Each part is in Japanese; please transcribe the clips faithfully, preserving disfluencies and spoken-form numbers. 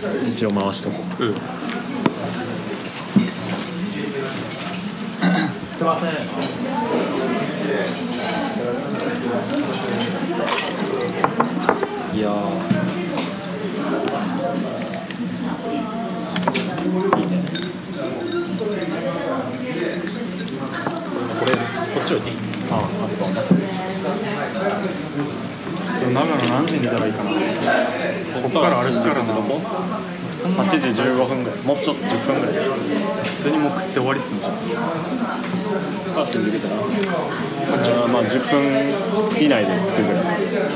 一応回しとこう。うん。すいません。いやー。いいね。これこっち置いていい？ああ、あと長野何時に出たらいいかな。ここから歩くからな。 はちじじゅうごふんぐらい。もうちょっとじゅっぷんぐらい。 普通にもう食って終わりっすね。 バスに出たら、あまあじゅっぷん以内で着くぐらい。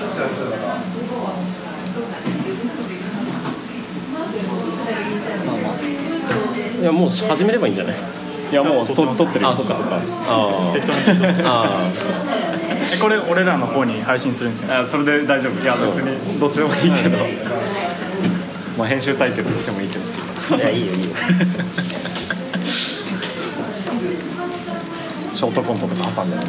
いやもう始めればいいんじゃない？いやもう撮ってる。あ、そっかそっか。あ適当にあえこれ俺らの方に配信するんですよ、ね、 あそれで大丈夫。いや別にどっちでもいいけど、まあ編集対決してもいいけど。いやいいよいいよ。ショートコントとか挟んでる。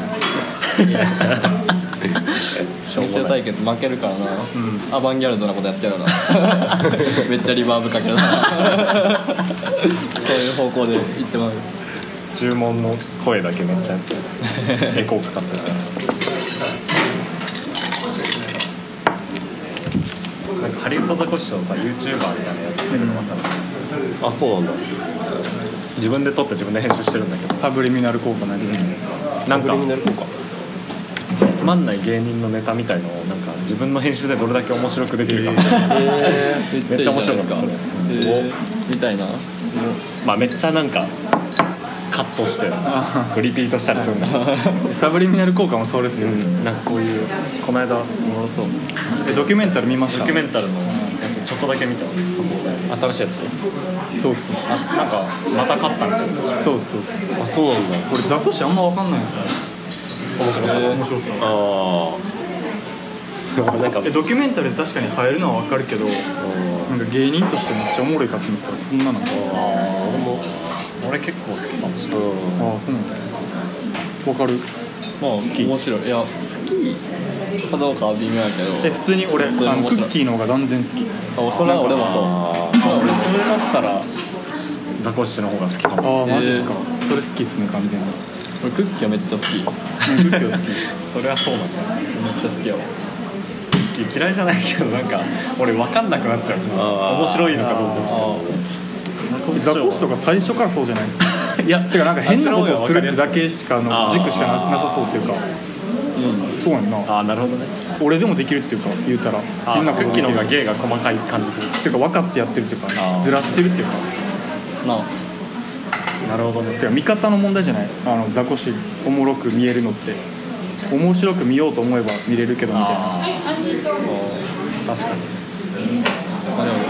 編集対決負けるからな、うん、アバンギャルドなことやってるな。めっちゃリバーブかけるな。そういう方向で行ってもらう。 注文の声だけめっちゃエコーかかってる。なんかハリウッドザコシショウさ YouTuber みたいなやってるの分かる、うん、あ、そうなんだ。自分で撮って自分で編集してるんだけど、 サブリミナル効果なんですね。 なんかサブリミナル効果、つまんない芸人のネタみたいのをなんか自分の編集でどれだけ面白くできるか、 えー、 めっちゃ面白かったそれ、 えー、みたいな、 まあめっちゃなんかカットしてリピートしたりするんだ。 サブリミナル効果もそうですよ、うん、 なんかそういうこの間そうえドキュメンタル見ました？ ドキュメンタルのやつちょっとだけ見た。そこ新しいやつ。 そうそうあ、なんかまた勝ったみたいな。 そうそうそう。 あ、そうなんだ。 俺ザコシあんま分かんないんですよ。 面白さ、えー、面白さ。ああ。なんかドキュメンタルで確かに入るのは分かるけど、なんか芸人としてめっちゃおもろいかって思ったらそんなの。ああ、 俺も俺結構好きかもしれない。 ああ、そうなんだ。分かる。 まあ好き。面白い。いや好きかどうかは微妙やけど。 え普通に俺あのクッキーの方が断然好き。 あ、それは俺もそう。 あ俺それだったらザコシシの方が好きかも。 ああマジっすか、えー、それ好きっすね完全に。 俺クッキーはめっちゃ好き。クッキーは好き。 それはそうなんだ。 めっちゃ好きやわ。 嫌いじゃないけどなんか俺分かんなくなっちゃう。面白いのかどうかしか。 ザコシとか最初からそうじゃないですか。いやてかなんか変なことをするってだけしかの軸しか な, なさそうっていうか、うん、そうやんな。 あ、なるほどね。 俺でもできるっていうか言うたら変なことクッキーの方が芸が細かい感じするっていうか分かってやってるっていうかずらしてるっていうかなあ。 なるほどね。てか見方の問題じゃない。あのザコシおもろく見えるのって面白く見ようと思えば見れるけどみたいな。 確かに。 あでも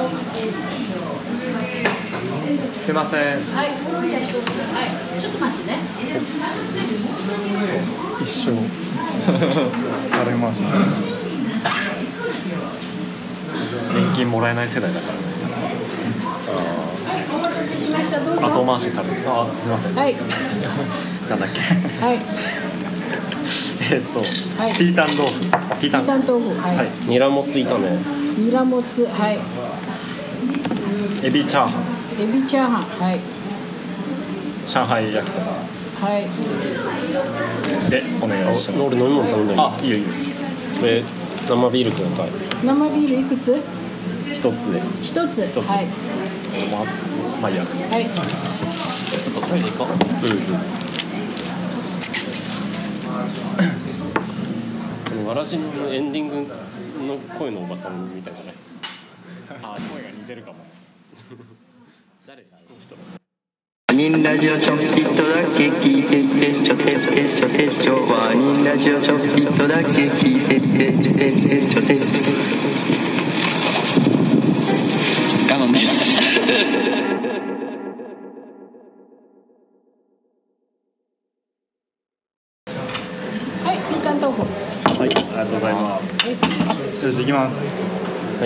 すいません。はい、 じゃあ一つ。はい、ちょっと待ってね。 一生洗い回し。 年金もらえない世代だからね。あ後回しされる。あ、すいません。 はい。 なんだっけ。 はい。 えっと、 はい、 ピータン豆腐。ピータン豆腐。はい。 はい、ニラもつ炒め。 ニラもつ、はい。 エビチャーハン。 エビチャーハン、はい。 上海焼きそば。 はい。 で、お願いします。 俺飲み物頼んだよ。 あ、いいよいいよ。 え、生ビールください。 生ビールいくつ？ 一つで。 一つ。 一つ。 はい。 まあ、まあいいや。 はい。 ちょっとトイレ行こう。 うんうん。わらじのエンディングの声のおばさんみたいじゃない？ あ、声が似てるかも。誰だこの人。 ワニンラジオちょっぴっとだけ聞いてってちょてってちょてちょワニンラジオちょっぴっとだけ聞いてってちょてってちょて我慢です。 はい、みかん豆腐。 はい、ありがとうございます。 はい、すみません。 よし行きます。 はい。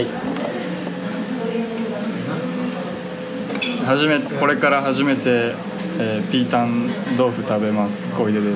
初めこれから初めて、えー、ピータン豆腐食べます。小出です。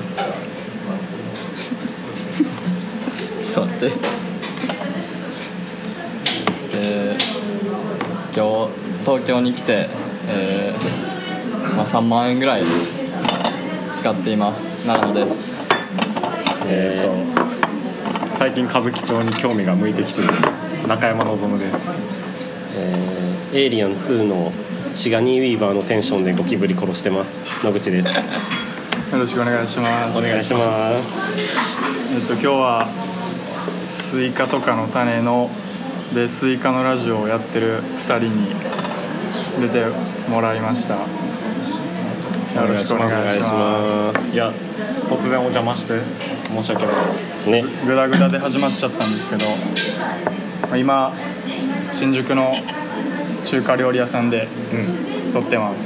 ちょっと待って。えー、 今日東京に来て、えーまあ、さんまんえんぐらい使っています長野です。 えー、最近歌舞伎町に興味が向いてきている中山望です。 えー、エイリアンツーのシガニー・ウィーバーのテンションでゴキブリ殺してます野口です。 よろしくお願いします。 お願いします。 えっと今日はスイカとかの種のでスイカのラジオをやってるふたりに出てもらいました。よろしくお願いします。 いや突然お邪魔して申し訳ないですね。 グダグダで始まっちゃったんですけど、まあ、今新宿の中華料理屋さんで撮ってます、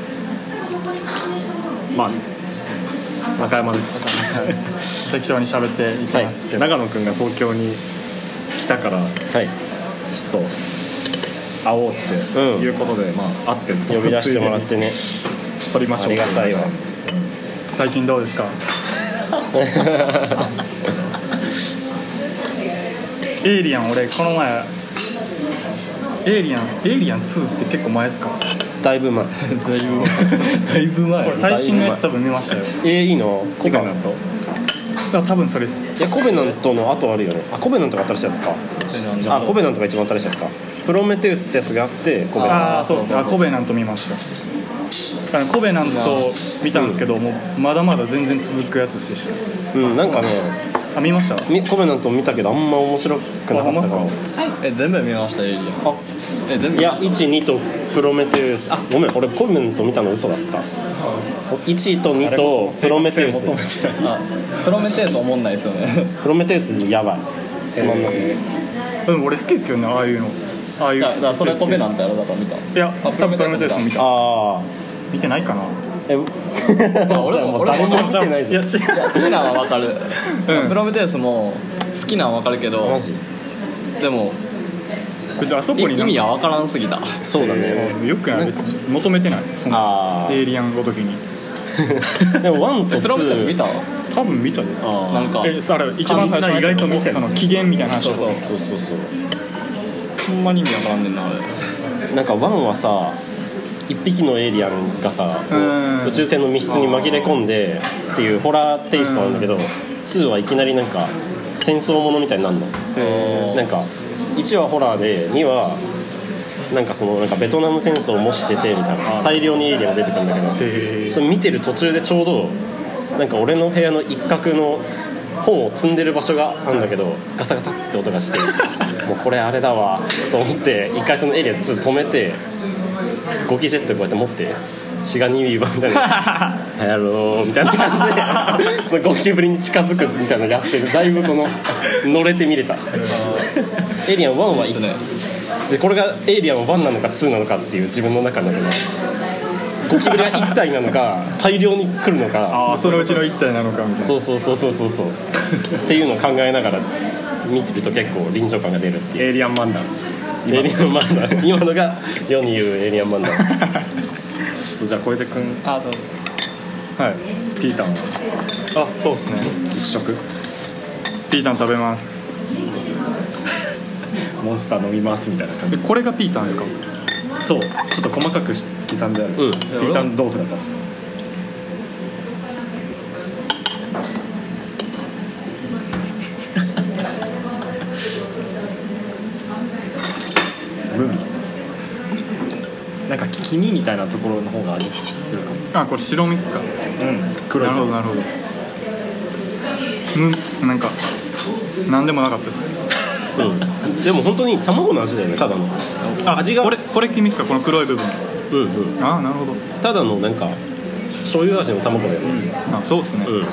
うん、まあ中山です適当に喋っていきます、 はい、長野くんが東京に来たから、はい、ちょっと会おうっていうことで、うん、まあ会って呼び出してもらってね撮りましょう。 ありがたいわ。 最近どうですかエイリアン俺この前エイリアンエイリアンツーって結構前ですか？ だいぶ前だいぶ前だいぶ前これ最新のやつ多分見ましたよ。 えー、いいのコベナント多分それです。 いやコベナントの後あるよね。あコベナントが新しいやつか。あコベナントが一番新しいやつか。プロメテウスってやつがあってコベナント。 ああそうですね。あコベナント見ました。コベナント見たんですけど、うん、もうまだまだ全然続くやつでした。 うんなんかねあ見ました。 コベナント見たけどあんま面白くなかったから。 え全部見ましたエイリアン。あえ全部いやいち、にとプロメテウス。あごめん俺コベナント見たの嘘だった。いちとにとプロメテウス。 あプロメテウス思んないですよね。 プロメテウスやばいつまんなすぎる。 でも俺好きですけどねああいうの。ああいうだからそれコベナントやろだから見た。 いや多分プロメテウスも見た。 ああ見てないかな。 え俺も誰も見てないじゃん。いや好きなのは分かる、うん、プロメテウスも好きなのは分かるけどマジでも別にあそこに意味は分からんすぎた。 そうだね、 えー、よくない別に求めてないそのエイリアンごときにでもワンとツープロメテウス見た？ 多分見たで。 あなんかえあれ一番最初の意外と見てその起源みたいな話。 そうそうそうそうそうほんまに意味分からんねんなあれ。 なんかワンはさ一匹のエイリアンがさ宇宙船の密室に紛れ込んでっていうホラーテイストなんだけどツーはいきなりなんか戦争ものみたいになるの。なんかいちはホラーでにはなんかそのなんかベトナム戦争を模しててみたいな大量にエイリアンが出てくるんだけどそれ見てる途中でちょうどなんか俺の部屋の一角の本を積んでる場所があるんだけどガサガサって音がしてもうこれあれだわと思って一回そのエイリアンツー止めてゴキジェットこうやって持ってシガニー・ウィーバーみたいなハローみたいな感じでそのゴキブリに近づくみたいなのやってる。だいぶこの乗れて見れた。エイリアンワンはいいね。でこれがエイリアンワンなのかツーなのかっていう自分の中のゴキブリがいち体なのか大量に来るのかあそのうちのいち体なのかみたいな。 そうそうそうそうそうそうっていうのを考えながら見てると結構臨場感が出るっていう。 エイリアン漫談エイリアン漫談今のが世に言うエイリアン漫談ちょっとじゃあ小出くんあどうぞ。 はいピータンあそうですね実食ピータン食べます。 モンスター飲みますみたいな感じ。 これがピータンですか？ そうちょっと細かく刻んである、うん、ピータン豆腐だったムミなんか黄身みたいなところの方が味するかも。 あこれ白身っすか？うん黒い。 なるほどなるほど。むなんかなんでもなかったです。 うん、でも本当に卵の味だよねただの。 あ味がこれこれ黄身っすか？この黒い部分。 うんうん。 あなるほど。 ただのなんか醤油味の卵だよね、 うん、あそうですね、うん、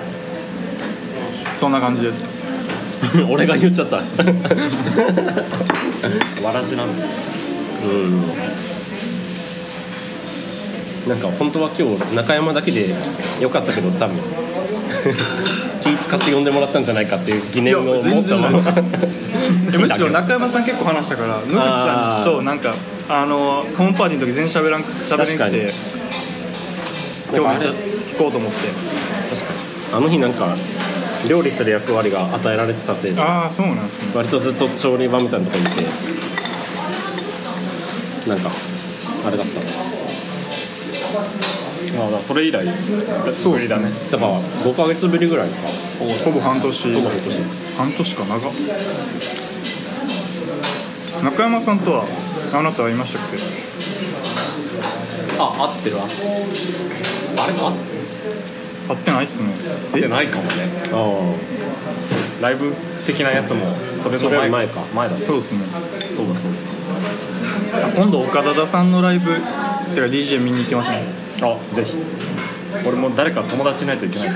そんな感じです俺が言っちゃったわらじなんだ。 うんなんか本当は今日中山だけでよかったけど多分気使って呼んでもらったんじゃないかっていう疑念を持ったままむしろ中山さん結構話したから野口さんとなんかあのホームパーティーの時全然喋らんく喋れなくて今日めっちゃ聞こうと思って。 確かにあの日なんか料理する役割が与えられてたせいでああそうなんですね。 割とずっと調理場みたいなところにいてなんかあれだったまあ、だからそれ以来そうですねだね。 だからごかげつぶりぐらいか。 ほぼ半年ほぼ半年半年か長っ。中山さんとはあなた会いましたっけ？ あ、合ってるわ。あれも会ってないっすね。 合ってないかもね。 あライブ的なやつもそれのそれより前前かあ前だった。 そうですね。 そうだそう今度岡田さんのライブてか ディージェー 見に行ってません？ だ。あ、ぜひ。俺も誰か友達いないといけない。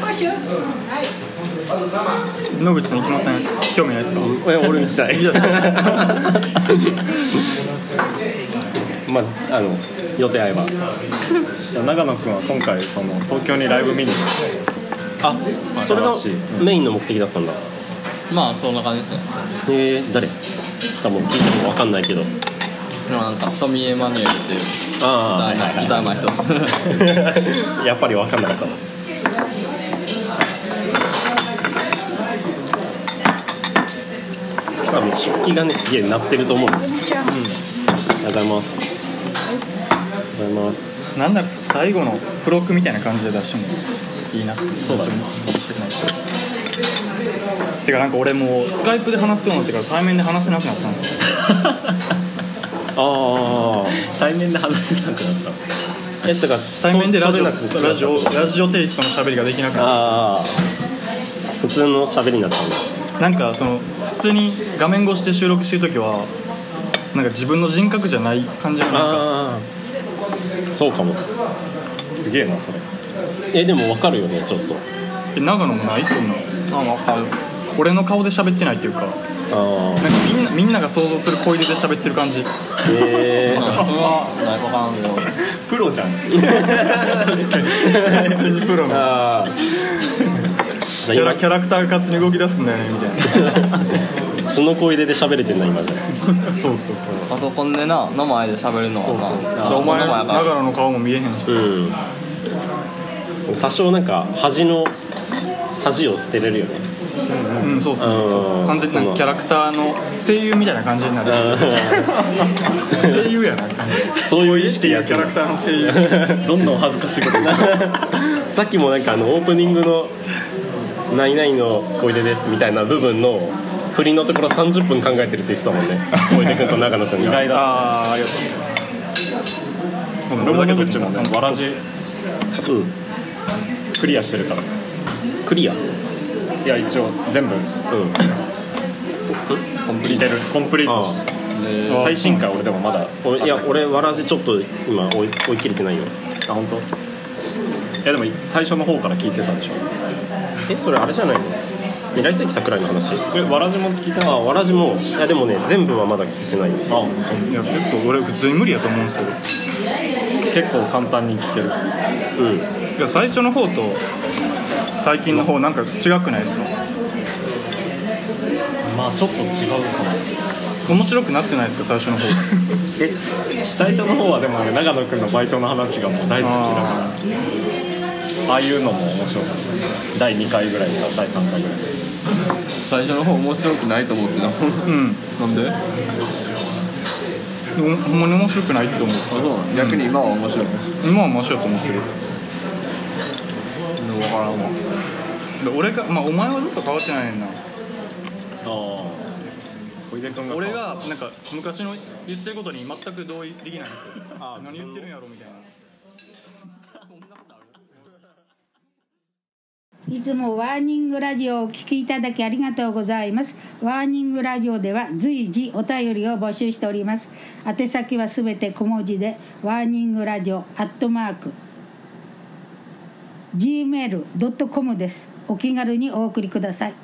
野口さん行きません？興味ないですか？ え俺行きたい。 いいですか？ まああの予定合えば。 長野くんは今回その東京にライブ見にあ、それがメインの目的だったんだ。 まあそんな感じですね。 へえ、誰？多分聞いても分かんないけど。 でもなんかトミー・エマニュエルっていうああ、 ギターギターの人やっぱり分かんなかった。多分食器がねすげえ鳴ってると思う。うん。ありがとうございます。ありがとうございます。 なんなら最後の付録みたいな感じで出してもいいなって。 そうだね。 申し訳ない。てかなんか俺もうスカイプで話すようになってから対面で話せなくなったんですよ。 ああ、 対面で話せなくなった。 え、だから対面でラジオ撮れなくラジオラジオテイストの喋りができなくなっああ、普通の喋りになったんだ。 た。なんかその普通に画面越しで収録してるときはなんか自分の人格じゃない感じのなんか。 ああ、そうかも。 すげえなそれ。 え、でも分かるよねちょっと。 え長野もないそんな。あ、分かる。俺の顔で喋ってないっていうか、 あなんかみんなみんなが想像する声で喋ってる感じ。 あ、へえ。 それはないかわからんけどプロじゃん。 政治プロのああ。 キャラキャラクターが勝手に動き出すんだよねみたいな。 素の声でで喋れてんな今じゃ。 そうそうそう。 パソコンでなの前で喋るのはなお前の前やから長野の顔も見えへんし。 うん。多少なんか恥の恥を捨てれるよね。 うん、そうそうそうそう。完全になんかキャラクターの声優みたいな感じになる。声優やな。 そういう意識やキャラクターの声優。 どんどん恥ずかしいことになる。 さっきもなんかあのオープニングの何々の小出ですみたいな部分の振りのところさんじゅっぷん考えてるって言ってたもんね。小出君と長野君が。 意外だ。 ああ、ありがとう。 俺も野口もね、わらじうん。 クリアしてるから。 クリア。 いや一応全部うん。 コンプリートコンプリートして最新回俺でもまだ。 おいや俺わらじちょっと今追い追い切れてないよ。 あ本当。いやでも最初の方から聞いてたでしょ。 え、それあれじゃないの？未来世紀桜井の話。 えわらじも聞いた。 あ、わらじもいやでもね全部はまだ聞いてないよ。 あいや結構俺普通に無理やと思うんですけど。 結構簡単に聞ける。 うん。 いや最初の方と最近の方なんか違くないですか？ まあちょっと違うかな。 面白くなってないですか最初の方？ え最初の方はでも長野くんのバイトの話がもう大好きだから。ああいうのも面白かった。だいにかいぐらいかだいさんかいぐらい。 最初の方面白くないと思ってた。 うん。 なんで？ ほんまに面白くないって思う。 あ、そうなの。逆に今は面白い。 今は面白いと思ってる。 分からんわ。 で俺がまあお前はずっと変わってないねんな。 ああ小出君が俺がなんか昔の言ってることに全く同意できないんですよ。あ何言ってるんやろみたいな。 いつもワーニングラジオをお聞きいただきありがとうございます。ワーニングラジオでは随時お便りを募集しております。宛先はすべて小文字でワーニングラジオアットマーク ジーメールドットコム です。お気軽にお送りください。